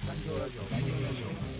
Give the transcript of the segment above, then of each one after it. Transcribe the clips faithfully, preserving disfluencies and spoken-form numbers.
残業ラジオ残業ラジ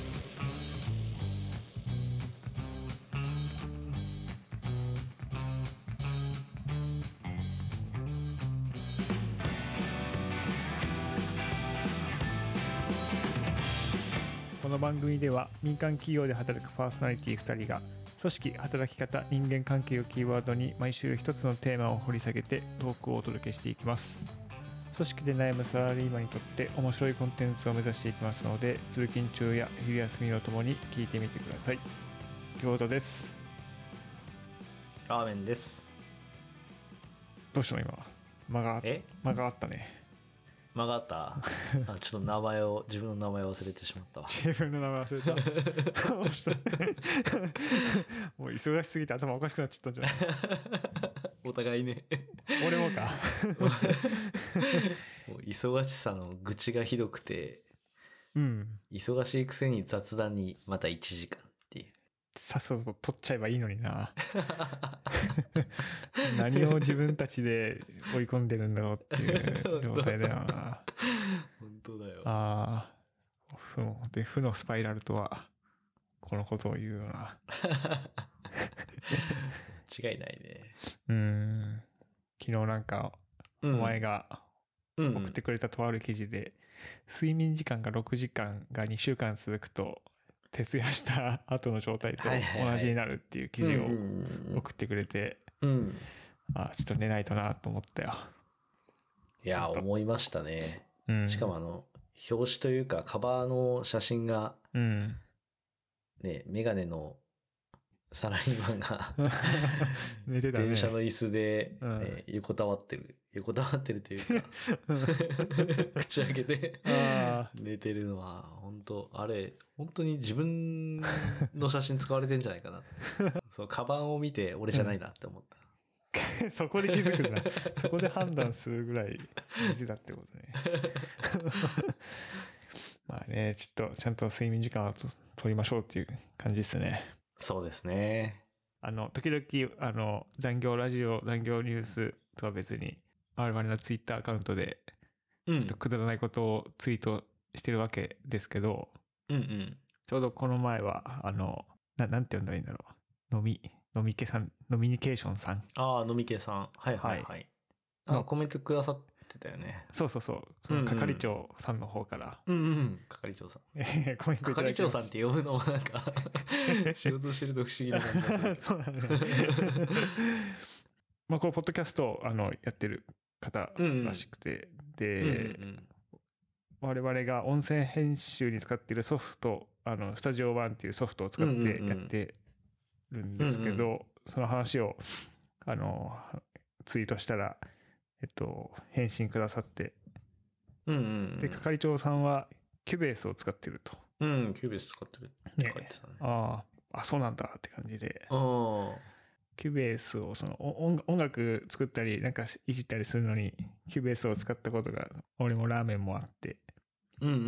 オ。この番組では民間企業で働くパーソナリティふたりが組織、働き方、人間関係をキーワードに毎週一つのテーマを掘り下げてトークをお届けしていきます。組織で悩むサラリーマンにとって面白いコンテンツを目指していきますので、通勤中や昼休みをともに聞いてみてください。餃子です。 ラーメンです。 どうしたの今間がえ間があったね。 間があったあ、ちょっと名前を自分の名前を忘れてしまったわ。 自分の名前忘れたどうしたもう忙しすぎて頭おかしくなっちゃったんじゃないお互いね俺もかもう忙しさの愚痴がひどくて、 うん、 忙しいくせに雑談にまたいちじかんっていう。 さっさと取っちゃえばいいのにな何を自分たちで追い込んでるんだろうっていう状態だよな本当だよ。 ああ、負ので負のスパイラルとはこのことを言うよな違いないね。 うーん昨日なんか、お前が送ってくれたとある記事で、うんうん、睡眠時間がろくじかんがにしゅうかん続くと徹夜した後の状態と同じになるっていう記事を送ってくれて、あ、ちょっと寝ないとなと思ったよ。 いや、思いましたね。 うん、 しかもあの、表紙というかカバーの写真が、 うん、 ね、メガネのサラリーマンが寝てたね、 電車の椅子で、ね、 うん、 横たわってる。横たわってるというか、口開けて寝てるのは、本当あれ、本当に自分の写真使われてんじゃないかなって。そう、カバンを見て俺じゃないなって思った。 うん、そこで気づくんだ。そこで判断するぐらい見てたってことね。まあね、ちょっとちゃんと睡眠時間を取りましょうっていう感じですね。 そうですね。 あの、時々、あの、残業ラジオ、残業ニュースとは別に、我々のツイッターアカウントで、ちょっとくだらないことをツイートしてるわけですけど、 うんうん、 ちょうどこの前は、あの、ななんて呼んだらいいんだろう。飲み、飲みけさん、飲みニケーションさん。 ああ、飲み系さん。はいはいはい。はい、あ、コメントくださってたよね。 そうそうそう。その係長さんの方から。 うんうん。係長さん。 コメント係長さんって呼ぶのもなんか仕事してると不思議な感じがする。そうだね。 まあ、こう、ポッドキャストを、あの、やってる方らしくて、うんうん、で、うんうん、我々が音声編集に使っているソフト、あの、スタジオワンっていうソフトを使ってやってるんですけど、うんうん、その話を、あの、ツイートしたら、えっと、返信くださって、 うんうんうん、 で、係長さんは、キュベースを使ってると。 うん、キュベース使ってるって書いてたね。ねああ、あ、そうなんだって感じで。 あキュベースを、その音、音楽作ったり、なんかいじったりするのに、キュベースを使ったことが、俺もラーメンもあって。 うんうんうん。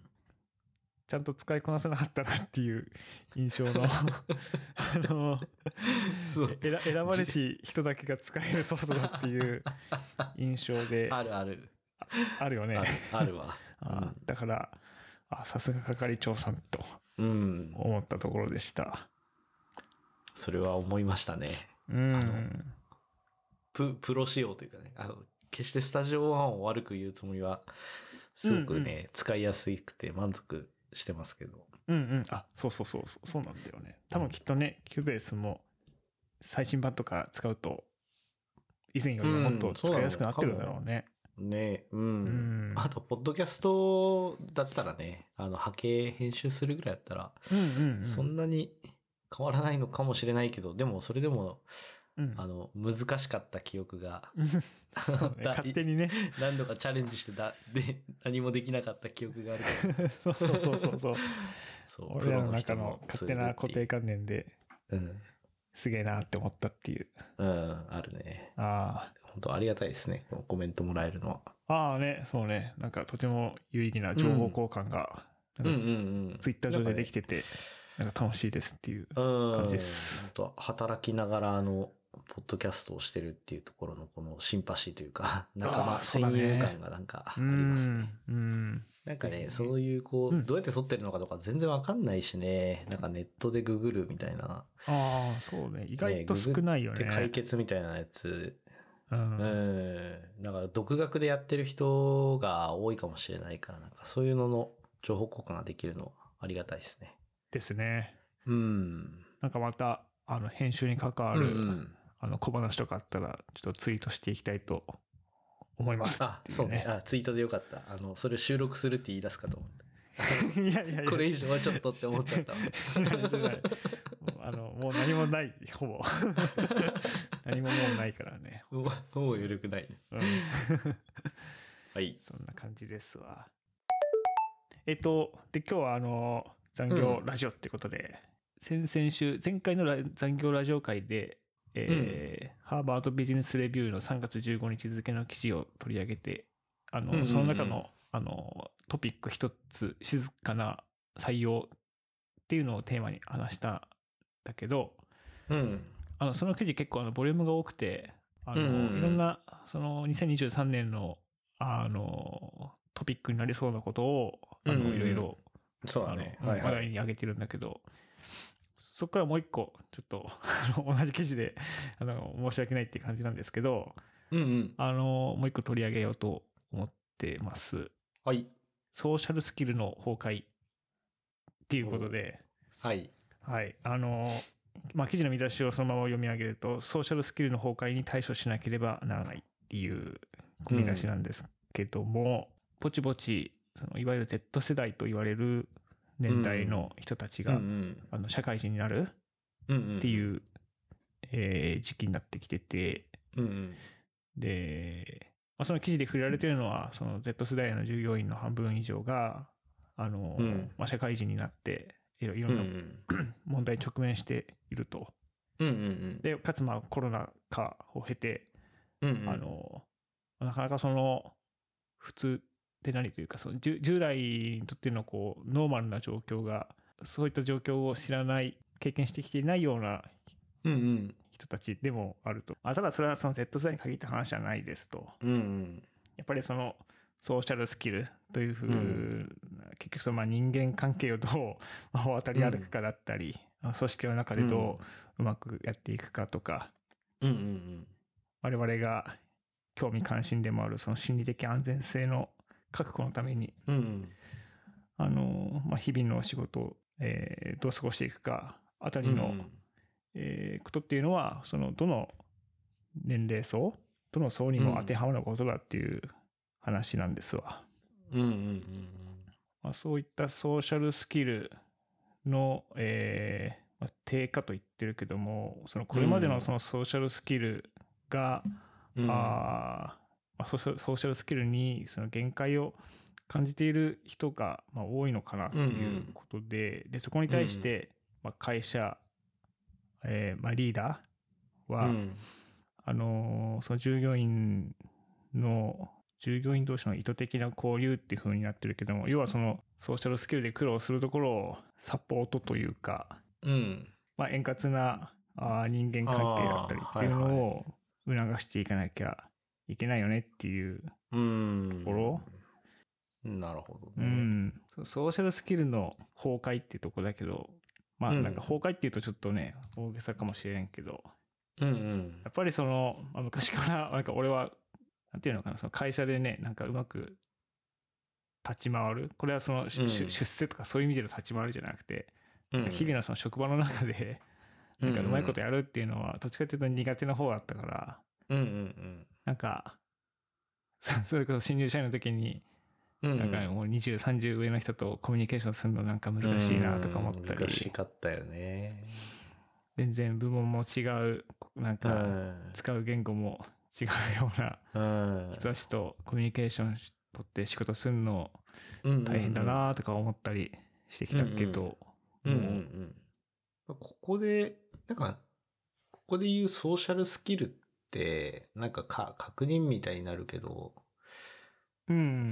ちゃんと使いこなせなかったなっていう印象の、あの、そう選、選ばれし人だけが使えるソフトだっていう印象で。 あるある。 あ, あるよね。 ある、あるわ。 あ、うん、だから、あ、さすが係長さんと思ったところでした。うん、 それは思いましたね。 うん。 あのプ、プロ仕様というかね、あの、決してスタジオワンを悪く言うつもりは、すごくね、うんうん、使いやすくて満足してますけど。 うんうん。あ、そうそうそう、そうなんだよね。多分きっとね、キュベースも最新版とか使うと、以前よりももっと使いやすくなってるんだろうね。 うん、ね、うん。うん。あと、ポッドキャストだったらね、あの、波形編集するぐらいだったら、うんうんうん、そんなに変わらないのかもしれないけど、でもそれでも、うん、あの、難しかった記憶が、 ね、勝手にね。 何度かチャレンジしてだ、で、何もできなかった記憶があるから。 そうそうそうそうそう。そう、俺らの中の勝手な固定観念で、うん、すげえなって思ったっていう。 うん、あるね。 ああ。 本当ありがたいですね。このコメントもらえるのは。 ああね、そうね。なんかとても有意義な情報交換が、うん、なんかツ、うんうんうん、ツイッター上でできてて、なんか楽しいですっていう感じです。 本当働きながらあの、ポッドキャストをしてるっていうところのこのシンパシーというか、仲間、戦友感がなんかありますね。 うん。 ななんかね、そういうこう、 うん、 どうやって撮ってるのかとか全然わかんないしね、なんかネットでググるみたいな。 ああ、そうね。意外とね、 少ないよね。 ググって解決みたいなやつ。 うん。 うん。だから独学でやってる人が多いかもしれないから、なんかそういうのの情報交換ができるのはありがたいですね。 ですね。 うん。 なんかまた、あの、編集に関わうんうる、 ん。 あの、小話とかあったら、ちょっとツイートしていきたいと思いますあ、 っていうそうね。 ね。 あ、ツイートでよかった。あの、それを収録するって言い出すかと思った。 いやいやいや。 これ以上はちょっとって思っちゃったわ。 しないしない。もうあの、もう何もない、ほぼ。何ももうないからね。 もう、もう緩くないね。 うん。 はい。 そんな感じですわ。えっと、で、今日はあの、残業ラジオっていうことで、うん、先々週、前回のラ残業ラジオ会で、えーうん、ハーバードビジネスレビューのさんがつじゅうごにち付の記事を取り上げて、あの、うんうんうん、その中の、あの、トピック一つ、静かな採用っていうのをテーマに話したんだけど、 うん、 あのその記事結構あのボリュームが多くて、あの、うんうんうん、いろんなそのにせんにじゅうさんねんのあのトピックになりそうなことをあの、うんうん、いろいろそうだね、 あの、はいはい、話題に上げてるんだけど、そこからもう一個ちょっと同じ記事であの申し訳ないっていう感じなんですけど、 うんうん、 あのもう一個取り上げようと思ってます。 はい。 ソーシャルスキルの崩壊っていうことで、 はい。 はい。あの、まあ、記事の見出しをそのまま読み上げると、ソーシャルスキルの崩壊に対処しなければならないっていう見出しなんですけども、うん、ぼちぼち、そのいわゆる Z 世代と言われる年代の人たちが、うんうん、あの社会人になるっていう、うんうん、えー、時期になってきてて、うんうん、で、まあ、その記事で触れられているのは、その Z 世代の従業員の半分以上が、あの、うん、まあ、社会人になって、いろいろんな、うんうん、問題に直面していると。うんうんうん、で、かつまあコロナ禍を経て、うんうん、あの、なかなかその、普通って何というか、その従来にとってのこう、ノーマルな状況が、そういった状況を知らない、経験してきていないような人たちでもあると。あただそれはその Z 世代に限った話じゃないですと。うんうん、やっぱりその、ソーシャルスキルというふう、うん、結局そのまあ人間関係をどう渡り歩くかだったり、うん、組織の中でどううまくやっていくかとか、うんうんうん、我々が興味関心でもあるその心理的安全性の確保のために、うんうん、あのまあ、日々の仕事を、えー、どう過ごしていくかあたりの、うんうんえー、ことっていうのはそのどの年齢層どの層にも当てはまることだっていう話なんですわ。うんうんうんうんまあ、そういったソーシャルスキルの、えーまあ、低下と言ってるけども、そのこれまでのそのソーシャルスキルが、うん、あまあ、ソーシャルスキルにその限界を感じている人がまあ多いのかなっていうことで、うん、でそこに対して、まあ、会社、えーまあ、リーダーは、うん、あのー、その従業員の従業員同士の意図的な交流っていう風になってるけども、要はそのソーシャルスキルで苦労するところをサポートというか、うん、まあ円滑なあ人間関係だったりっていうのを促していかなきゃいけないよねっていうところ。 なるほどね。 うん。ソーシャルスキルの崩壊っていうところだけど、まあなんか崩壊っていうとちょっとね、大げさかもしれんけど、うんうん、やっぱりその、まあ、昔からなんか俺はなんていうのかな、その会社でね、なんかうまく立ち回る。これはその、うん、出世とかそういう意味での立ち回るじゃなくて、うん、日々のその職場の中で、なんかうまいことやるっていうのは、どっちかっていうと苦手な方だったから、うんうんうん、なんか、それこそ新入社員の時に、なんかもうにじゅう、さんじゅう上の人とコミュニケーションするのなんか難しいなとか思ったり。 難しかったよね。 全然部門も違う、なんか使う言語も違うような人たちとコミュニケーション取って仕事するの大変だなとか思ったりしてきたけど、 ここでなんかここで言うソーシャルスキルってなんかか確認みたいになるけど、うん、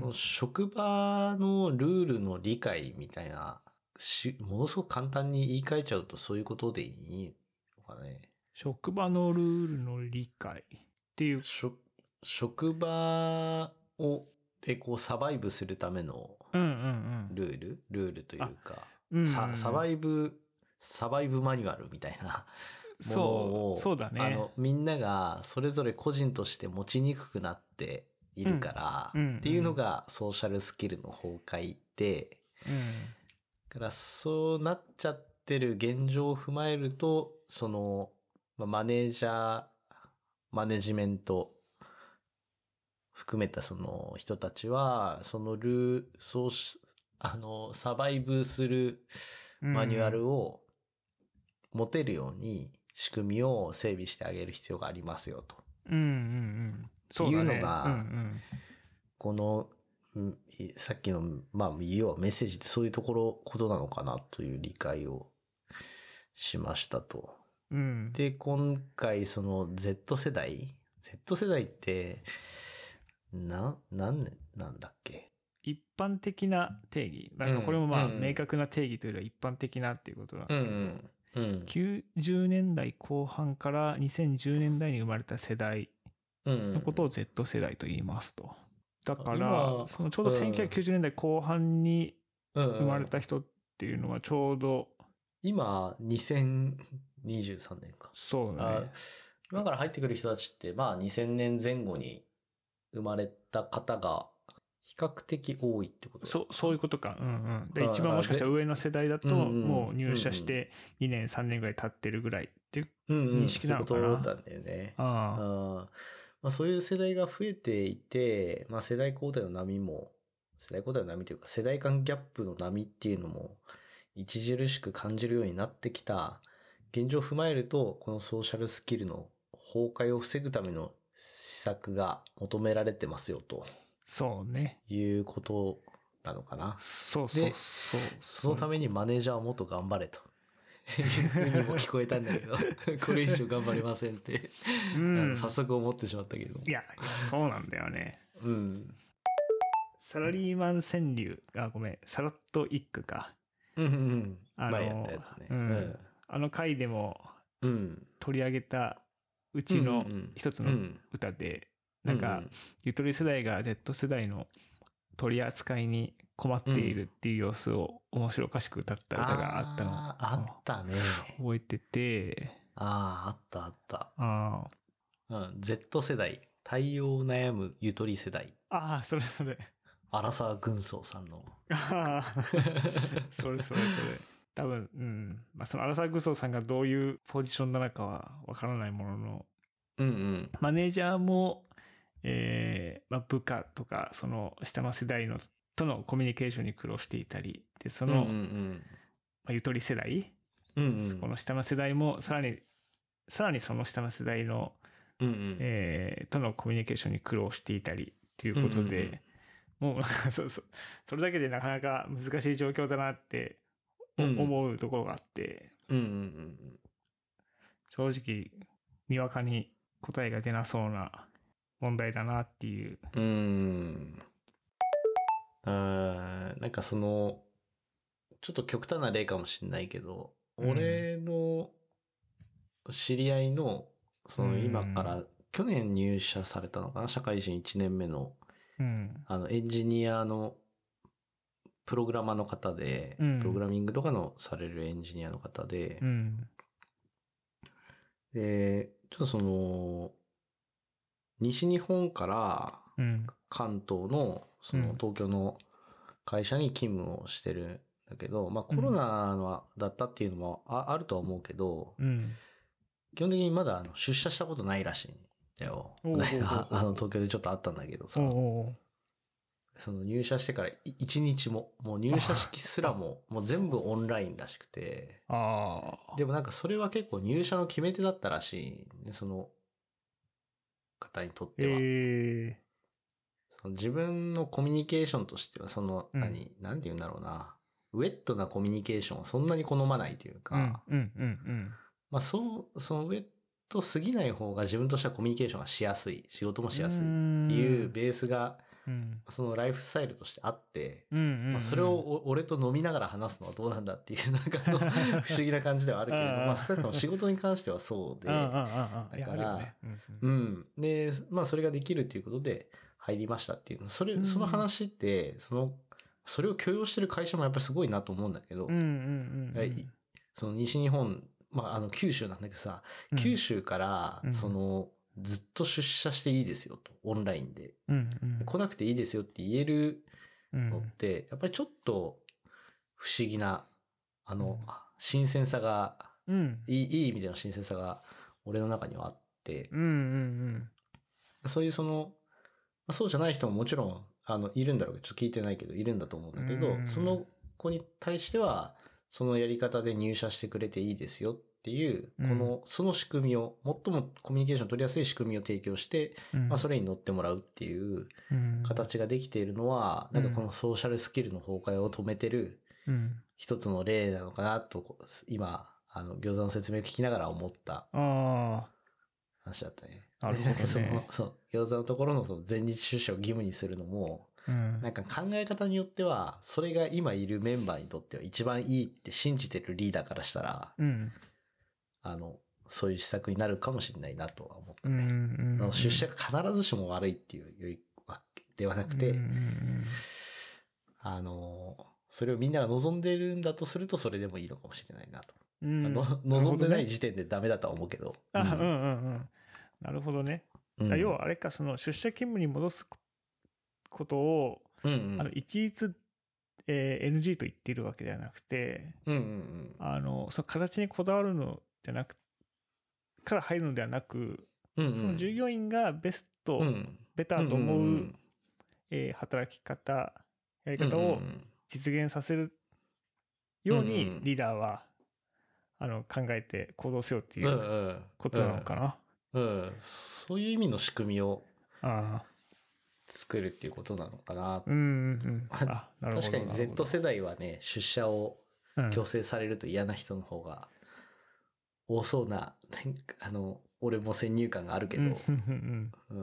職場のルールの理解みたいなしものすごく簡単に言い換えちゃうとそういうことでいいのかね。 職場のルールの理解っていう職場をでこうサバイブするためのうんうんうんルール、ルールというか、 うんうんササバイブサバイブマニュアルみたいなものをそうそうだねあのみんながそれぞれ個人として持ちにくくなっているから、 うんうんうんっていうのがソーシャルスキルの崩壊で、 うんだからそうなっちゃってる現状を踏まえると、そのまあマネージャーマネジメント含めたその人たちはそのルーそうしあのサバイブするマニュアルを持てるように仕組みを整備してあげる必要がありますよと。 うんうんうんそうだねいうのがうんうんこのうんさっきのまあ要はメッセージってそういうところことなのかなという理解をしましたと。 うんで今回その Z 世代 Z 世代ってな何年なんだっけ。 一般的な定義なんかこれもまあ明確な定義というよりは一般的なっていうことなんだけど、 うんうんきゅうじゅうねんだいこう半からにせんじゅうねんだいに生まれた世代うんのことを Z 世代と言いますと。だから今そのちょうどせんきゅうひゃくきゅうじゅうねんだいこう半に生生まれた人っていうのはちょうど今にせんにじゅうさんねんか。あそうだね今から入ってくる人たちってまあにせんねんぜん後に生まれた方が比較的多いってことだ。 そうそういうことかうんうんであ一番もしかしたら上の世代だとうんうんもう入社してにねんさんねんぐらい経ってるぐらいっていううんうん認識なのかなそういうことなんだよね。 あああまあ、そういう世代が増えていて、まあ、世代交代の波も世代交代の波というか世代間ギャップの波っていうのも著しく感じるようになってきた現状を踏まえると、このソーシャルスキルの崩壊を防ぐための施策が求められてますよとそうねいうことなのかな。 そうそうでそうそのためにマネージャーをもっと頑張れというふうにも聞こえたんだけどこれ以上頑張れませんってうあんの早速思ってしまったけど。 いやいやそうなんだよねうんサラリーマン川柳あごめんサラッと一句かうんうんうんあの前やったやつね。 うんあの回でもうんうん取り上げたうちの一つのうん歌で、なんか、ゆとり世代が Z 世代の取り扱いに困っているっていう様子を面白おかしく歌った歌があったの、 あーあったね。 覚えてて、 あああったあった。 あうん、Z 世代対応悩むゆとり世代ああそれそれ荒沢軍曹さんのああそれそれそれ多分うんまあその荒沢軍曹さんがどういうポジションなのかはわからないものの、 うんうんマネージャーも、えーまあ、部下とかその下の世代のとのコミュニケーションに苦労していたりでその、 うんうんまあ、ゆとり世代、 うんうんこの下の世代もさらにさらにその下の世代の、 うんうんえーとのコミュニケーションに苦労していたりっていうことで、もうそうそうそれだけでなかなか難しい状況だなっておうん思うところがあって、 うんうんうん正直にわかに答えが出なそうな問題だなっていう。 うーんあーなんかそのちょっと極端な例かもしれないけど、 うん俺の知り合いのその今から去年入社されたのかな、社会人いちねんめのうんあのエンジニアのプログラマーの方で、 うんプログラミングとかのされるエンジニアの方で、 うんでちょっとその西日本からうん関東のそのうん東京の会社に勤務をしてるんだけど、まあコロナのだったっていうのも あ, あるとは思うけど、 うん基本的にまだあの出社したことないらしいんだよ。 おうおうおうおうこの間あの東京でちょっとあったんだけどさ、 おうおうその入社してからい一日ももう入社式すらももう全部オンラインらしくて、 ああでもなんかそれは結構入社の決め手だったらしい、ね、その方にとっては。 えその自分のコミュニケーションとしてはそのうん何、なんて言うんだろうな、ウェットなコミュニケーションはそんなに好まないというー、 か、 うんうんうんまあそうそのウェットすぎない方が自分としてはコミュニケーションがしやすい、仕事もしやすいっていうベースがうんそのライフスタイルとしてあって、 うんうんまあ、それをお俺と飲みながら話すのはどうなんだっていうなんかあの不思議な感じではあるけれど、 あーまあ少なくとも仕事に関してはそうで、 ああああああだからいやあるよねうんうん、でまあそれができるということで入りましたっていうの、それ、 うん、 その話って、その、それを許容してる会社もやっぱりすごいなと思うんだけど、 うんうんうん、 その西日本、まあ、あの九州なんだけどさ、 うん、 九州からそのずっと出社していいですよと、オンラインで、 うんうん、 来なくていいですよって言えるのって、やっぱりちょっと不思議な、あの、新鮮さが、 うん、 いい、いい意味での新鮮さが俺の中にはあって、 うんうんうん、 そういうその、そうじゃない人ももちろん、あの、いるんだろうけど、ちょっと聞いてないけど、いるんだと思うんだけど、その子に対しては、そのやり方で入社してくれていいですよっていう、この、その仕組みを、最もコミュニケーション取りやすい仕組みを提供して、まあ、それに乗ってもらうっていう形ができているのは、なんかこのソーシャルスキルの崩壊を止めてる、一つの例なのかなと、今、あの、餃子の説明を聞きながら思った話だったね。 なるほどね。 その、そう、餃子のところのその全日出社を義務にするのも、うん、なんか考え方によっては、それが今いるメンバーにとっては一番いいって信じてるリーダーからしたら、うん、あの、そういう施策になるかもしれないなとは思ったね。うんうんうん、出社が必ずしも悪いっていうよりはではなくて、うんうんうん、あの、それをみんなが望んでるんだとするとそれでもいいのかもしれないなと。うん、望んでない時点でダメだとは思うけど。 どね、うん、あ、うんうんうん。なるほどね。うん、要はあれか、その出社勤務に戻すことを、うんうん、あの一律、えー、エヌジー と言っているわけではなくて、うんうんうん、あのその形にこだわるのじゃなくから入るのではなく、うんうん、その従業員がベスト、うん、ベターと思う、うんうんうんえー、働き方やり方を実現させるようにリーダーは、あの考えて行動せよっていうことなのかな、 うんうんうん、そういう意味の仕組みを作るっていうことなのかな。うんうん、あ、なるほど。確かに Z 世代はね、出社を強制されると嫌な人の方が多そうな、あの俺も先入観があるけど、うんうんうん、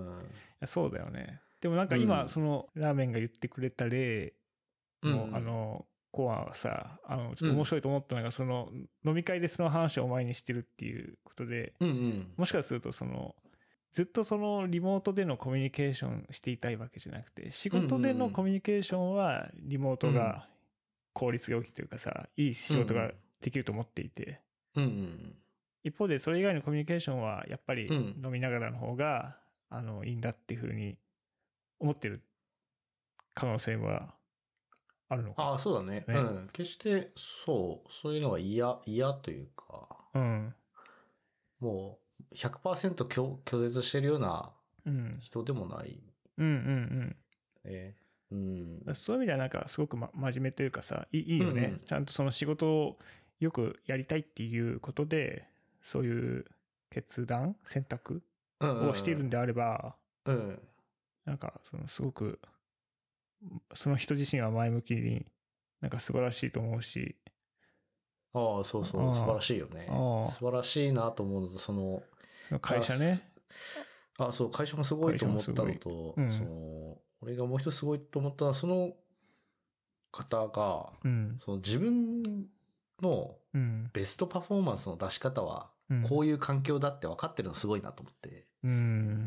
そうだよね。でもなんか今、うん、そのラーメンが言ってくれた例の、うん、あの子はさ、あのちょっと面白いと思ったのが、うん、その飲み会でその話を前にしてるっていうことで、うんうん、もしかするとそのずっとそのリモートでのコミュニケーションしていたいわけじゃなくて、仕事でのコミュニケーションはリモートが効率が良きというかさ、いい仕事ができると思っていて、うんうん、一方でそれ以外のコミュニケーションはやっぱり飲みながらの方が、うん、あのいいんだっていうふうに思ってる可能性はあるのかな。 ああ、そうだね。ね、うん。決してそう、そういうのが嫌、嫌というか、うん、もう ひゃくパーセント 拒, 拒絶してるような人でもない。うん、うんうんうんえーうん、そういう意味ではなんかすごく、ま、真面目というかさ、いいいよね、うんうん、ちゃんとその仕事をよくやりたいっていうことでそういう決断選択をしているんであれば、うんうんうん、なんかそのすごくその人自身は前向きになんか素晴らしいと思うし。 ああ、そうそう、素晴らしいよね。素晴らしいなと思うのと、その、 その会社ね。 あ、そう、会社もすごいと思ったのと、うん、その、俺がもう一つすごいと思ったのは、その方が、うん、その自分のベストパフォーマンスの出し方は、こういう環境だって分かってるのすごいなと思って。うん。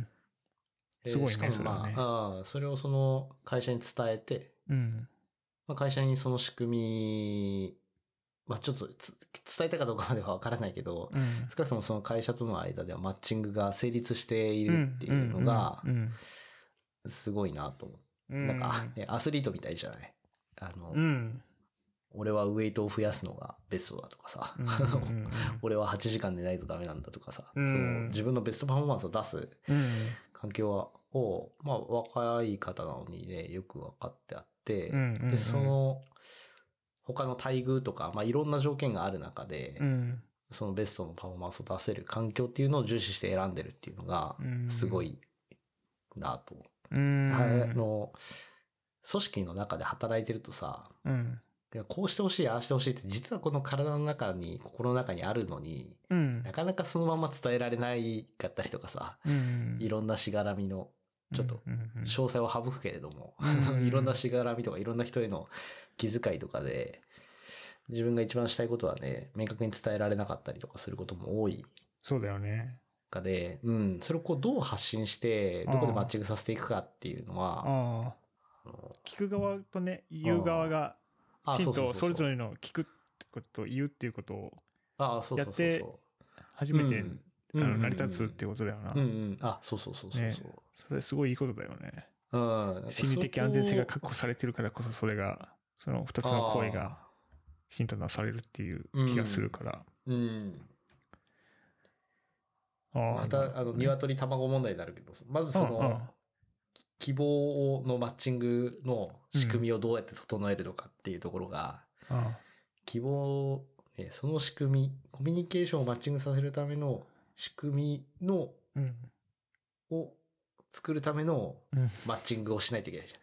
すごいね、しかもまあ、ね、ああ、それをその会社に伝えて、うんまあ、会社にその仕組み、まあちょっと伝えたかどうかまでは分からないけど、うん、少なくともその会社との間ではマッチングが成立しているっていうのが、すごいなと思う。うん、なんか、ね、アスリートみたいじゃない。あの、うん、俺はウェイトを増やすのがベストだとかさ、うんうんうん、俺ははちじかん寝ないとダメなんだとかさ、うん、その自分のベストパフォーマンスを出す環境を、まあ若い方なのにね、よく分かってあって、うんうんうん、で、その、他の待遇とか、まあいろんな条件がある中で、うん、そのベストのパフォーマンスを出せる環境っていうのを重視して選んでるっていうのが、すごいなと。うん、あの、組織の中で働いてるとさ、うん、こうしてほしい、ああしてほしいって実はこの体の中に、心の中にあるのに、うん、なかなかそのまま伝えられないかったりとかさ、うん、いろんなしがらみの、ちょっと詳細を省くけれども、うん、いろんなしがらみとかいろんな人への気遣いとかで、自分が一番したいことはね、明確に伝えられなかったりとかすることも多い。 そうだよね。 かで、うん、それをこうどう発信してどこでマッチングさせていくかっていうのは、 ああの聞く側とね言う側がきちんとそれぞれの聞くってことと言うっていうことをやって初めてあの成り立つっていうことだよな。 うんうん、あ、そうそうそうそうそう、ね、 それすごいいいことだよね。 うん、 心理的安全性が確保されてるからこそそれがそのふたつの行為がきちんとなされるっていう気がするから。うん。うんまた、ね、あの鶏卵問題になるけど、まずその、うんうん、希望のマッチングの仕組みをどうやって整えるのかっていうところが、うん、希望、ね、その仕組み、コミュニケーションをマッチングさせるための仕組みの、うん、を作るためのマッチングをしないといけないじ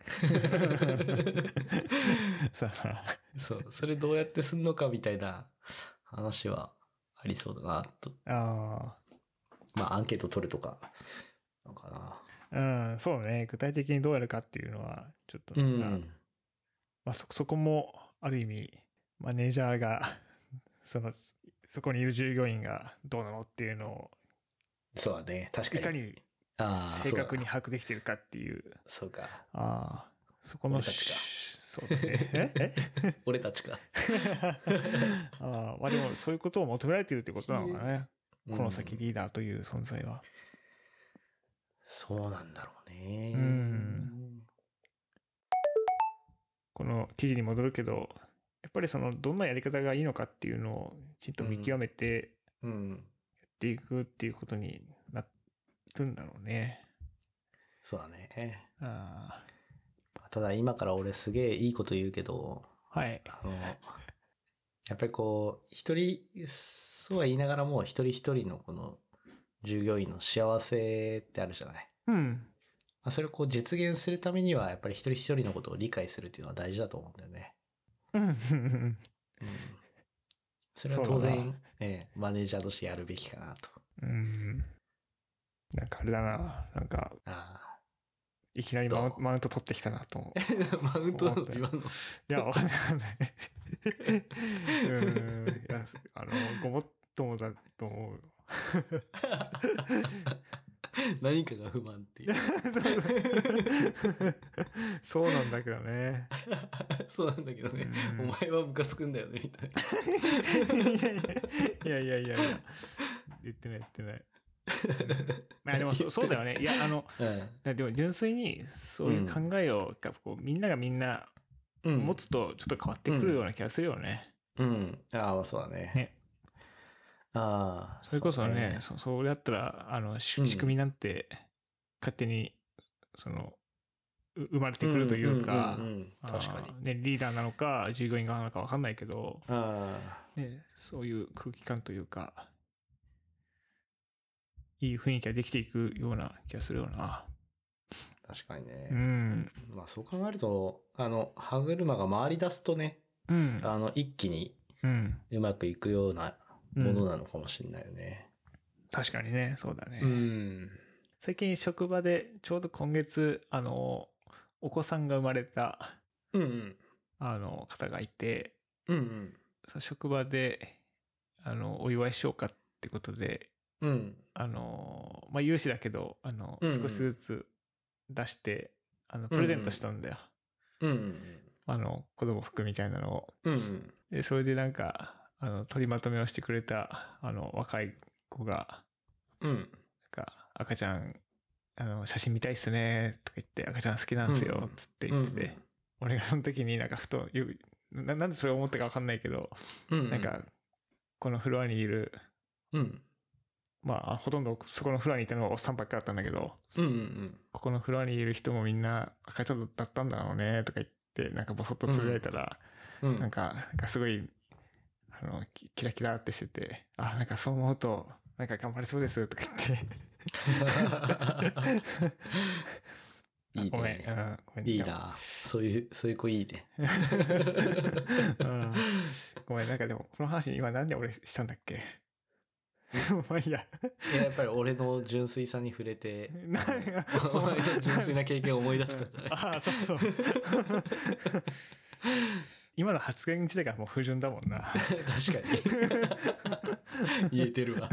ゃん。そう、それどうやってすんのかみたいな話はありそうだなと。ああ。まあアンケート取るとかなのかな。うん、そうね。具体的にどうやるかっていうのはちょっとなんか、うん、まあそそこもある意味マネージャーがそのそこにいる従業員がどうなのっていうのを、 そうだね、確かに。 いかに正確に把握できてるかっていう。 そうか。 ああ、そこの俺たちか。 そうだね。ええ俺たちか。 ああ、まあでもそういうことを求められているってことなのかね。この先リーダーという存在は。うん、 そうなんだろうね。 うん。この記事に戻るけど、やっぱりそのどんなやり方がいいのかっていうのをきちんと見極めてやっていくっていうことになるんだろうね。 そうだね。あただ今から俺すげえいいこと言うけど、 はい。 あのやっぱりこう一人そうは言いながらも一人一人のこの従業員の幸せってあるじゃない。うん。まあ、それをこう実現するためにはやっぱり一人一人のことを理解するっていうのは大事だと思うんだよね。うん。それは当然、ええ、マネージャーとしてやるべきかなと。 うん。なんかあれだな、なんか。ああ。いきなりマウンマウント取ってきたなと思う。マウントなの今の。いや、わかんないわかんない。うん。いや、あの、ごもっともだと思う。 何かが不満っていう。 そうなんだけどね。 そうなんだけどね。お前はムカつくんだよねみたいな。いやいやいやいや。言ってない言ってない。まあでも そ, そうだよね。いやあの、うん、でも純粋にそういう考えを、うん、こうみんながみんな持つとちょっと変わってくるような気がするよね。 うん。うん、ああそうだね。ね。 ああ。それこそね、ねそそうやったらあの仕組みなんて勝手にその生まれてくるというか、 確かにねリーダーなのか従業員側なのか分かんないけど、あねそういう空気感というか。いい雰囲気ができていくような気がするよな。 確かにね。うん。まあそう考えると、あの、歯車が回り出すとね、うん、あの、一気にうまくいくようなものなのかもしれないよね。 うん、確かにね、そうだね。うん。最近職場でちょうど今月、あの、お子さんが生まれた、うんうん、あの、方がいて、うんうん、その職場で、あの、お祝いしようかってことで、うん、あのまあ有志だけどあの、うんうん、少しずつ出してあのプレゼントしたんだよ、うんうん、あの子供服みたいなのを、うんうん、でそれでなんかあの取りまとめをしてくれたあの若い子が、うん、なんか赤ちゃんあの写真見たいっすねとか言って赤ちゃん好きなんですよつって言ってて、うんうん、俺がその時になんかふとな, なんでそれを思ったか分かんないけど、うんうん、なんかこのフロアにいる、うんまあ、ほとんどそこのフロアにいたのはおっさんばっかだったんだけど、うんうんうん、ここのフロアにいる人もみんな赤ちゃんだったんだろうねとか言ってなんかボソッとつぶやいたら、うんうん、なんかなんかすごいあのキラキラってしてて、あなんかそう思うとなんか頑張れそうですとか言っていいね。 ごめん、うん、ごめんいいな。そういうそういう子いいね。 うん、ごめんなんかでもこの話今なんで俺したんだっけ。まあいいや。 いややっぱり俺の純粋さに触れてお前の純粋な経験を思い出したんじゃない。 ああそうそう今の発言自体がもう不純だもんな。 確かに言えてるわ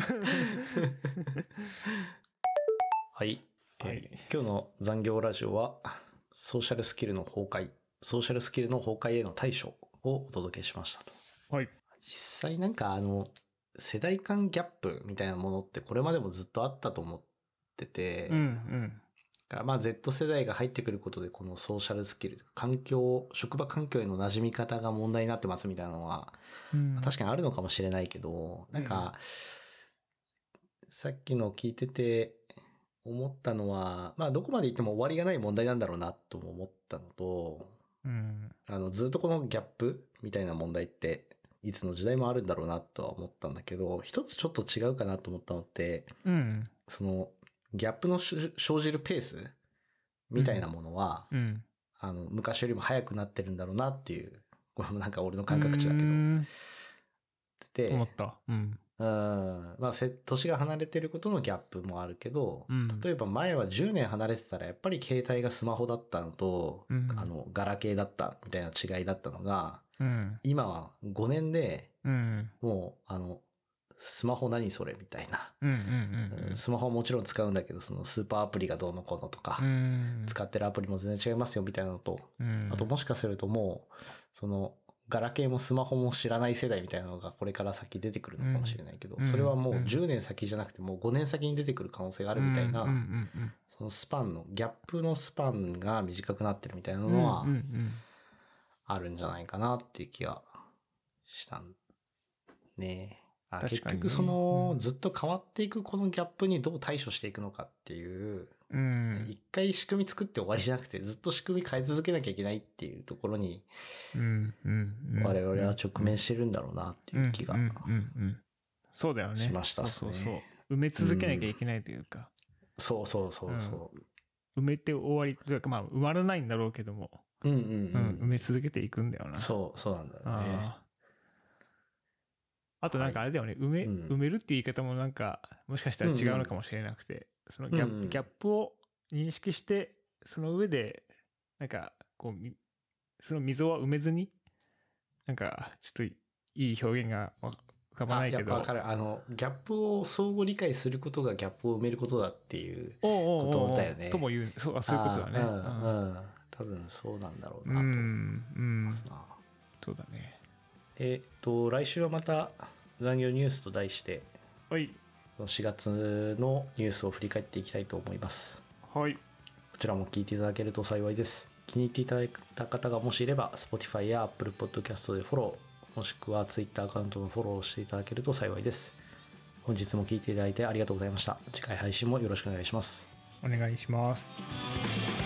はい、 はい、 えー、今日の残業ラジオはソーシャルスキルの崩壊ソーシャルスキルの崩壊への対処をお届けしましたと。 はい、 実際なんかあの世代間ギャップみたいなものってこれまでもずっとあったと思ってて、 うんうん、 だからまあ Z 世代が入ってくることでこのソーシャルスキル環境職場環境への馴染み方が問題になってますみたいなのは、うん、確かにあるのかもしれないけど、なんか、うん、さっきの聞いてて思ったのはまあどこまで言っても終わりがない問題なんだろうなとも思ったのと、うん、あのずっとこのギャップみたいな問題っていつの時代もあるんだろうなとは思ったんだけど、一つちょっと違うかなと思ったのって、うん、そのギャップの生じるペースみたいなものは、うんうん、あの昔よりも早くなってるんだろうなっていう、これもなんか俺の感覚値だけど、 で思った、うん、 うんまあ年が離れてることのギャップもあるけど、うん、例えば前はじゅうねん離れてたらやっぱり携帯がスマホだったのと、うん、あのガラケーだったみたいな違いだったのが、うん、今はごねんで、うん、もうあのスマホ何それみたいな、うんうんうん、スマホはもちろん使うんだけどそのスーパーアプリがどうのこうのとか、うん、使ってるアプリも全然違いますよみたいなのと、うん、あともしかするともうそのガラケーもスマホも知らない世代みたいなのがこれから先出てくるのかもしれないけど、うん、それはもうじゅうねん先じゃなくてもうごねん先に出てくる可能性があるみたいな、うんうんうん、そのスパンのギャップのスパンが短くなってるみたいなのはあるんじゃないかなっていう気がしたね。あ、結局その、うん、ずっと変わっていくこのギャップにどう対処していくのかっていう、うん、一回仕組み作って終わりじゃなくてずっと仕組み変え続けなきゃいけないっていうところに、うんうんうん、我々は直面してるんだろうなっていう気がそうだよね。 しましたっすね。 そうそうそう埋め続けなきゃいけないというか、うん、 そうそうそうそう、 うん、埋めて終わりというかまあ埋まらないんだろうけども、うんうんうんうん、埋め続けていくんだよな。 そうそうなんだよね。 あとなんかあれだよね、埋め、うん、埋めるっていう言い方もなんかもしかしたら違うのかもしれなくて、うんうん、そのギャップ、うんうん、ギャップを認識してその上でなんかこうその溝は埋めずになんかちょっといい表現が浮かばないけど、 あ、やっぱ分かる。あのギャップを相互理解することがギャップを埋めることだっていうことだよね。 おうおうおうおうとも言う、そう、そういうことだね。 うんうんうん、多分そうなんだろうなと思いますな。 そうだね。 えっと来週はまた残業ニュースと題して、 はい、 しがつのニュースを振り返っていきたいと思います。 はい、 こちらも聞いていただけると幸いです。気に入っていただいた方がもしいれば Spotify や Apple Podcast でフォロー、もしくは Twitter アカウントのフォローをしていただけると幸いです。本日も聞いていただいてありがとうございました。次回配信もよろしくお願いします。 お願いします。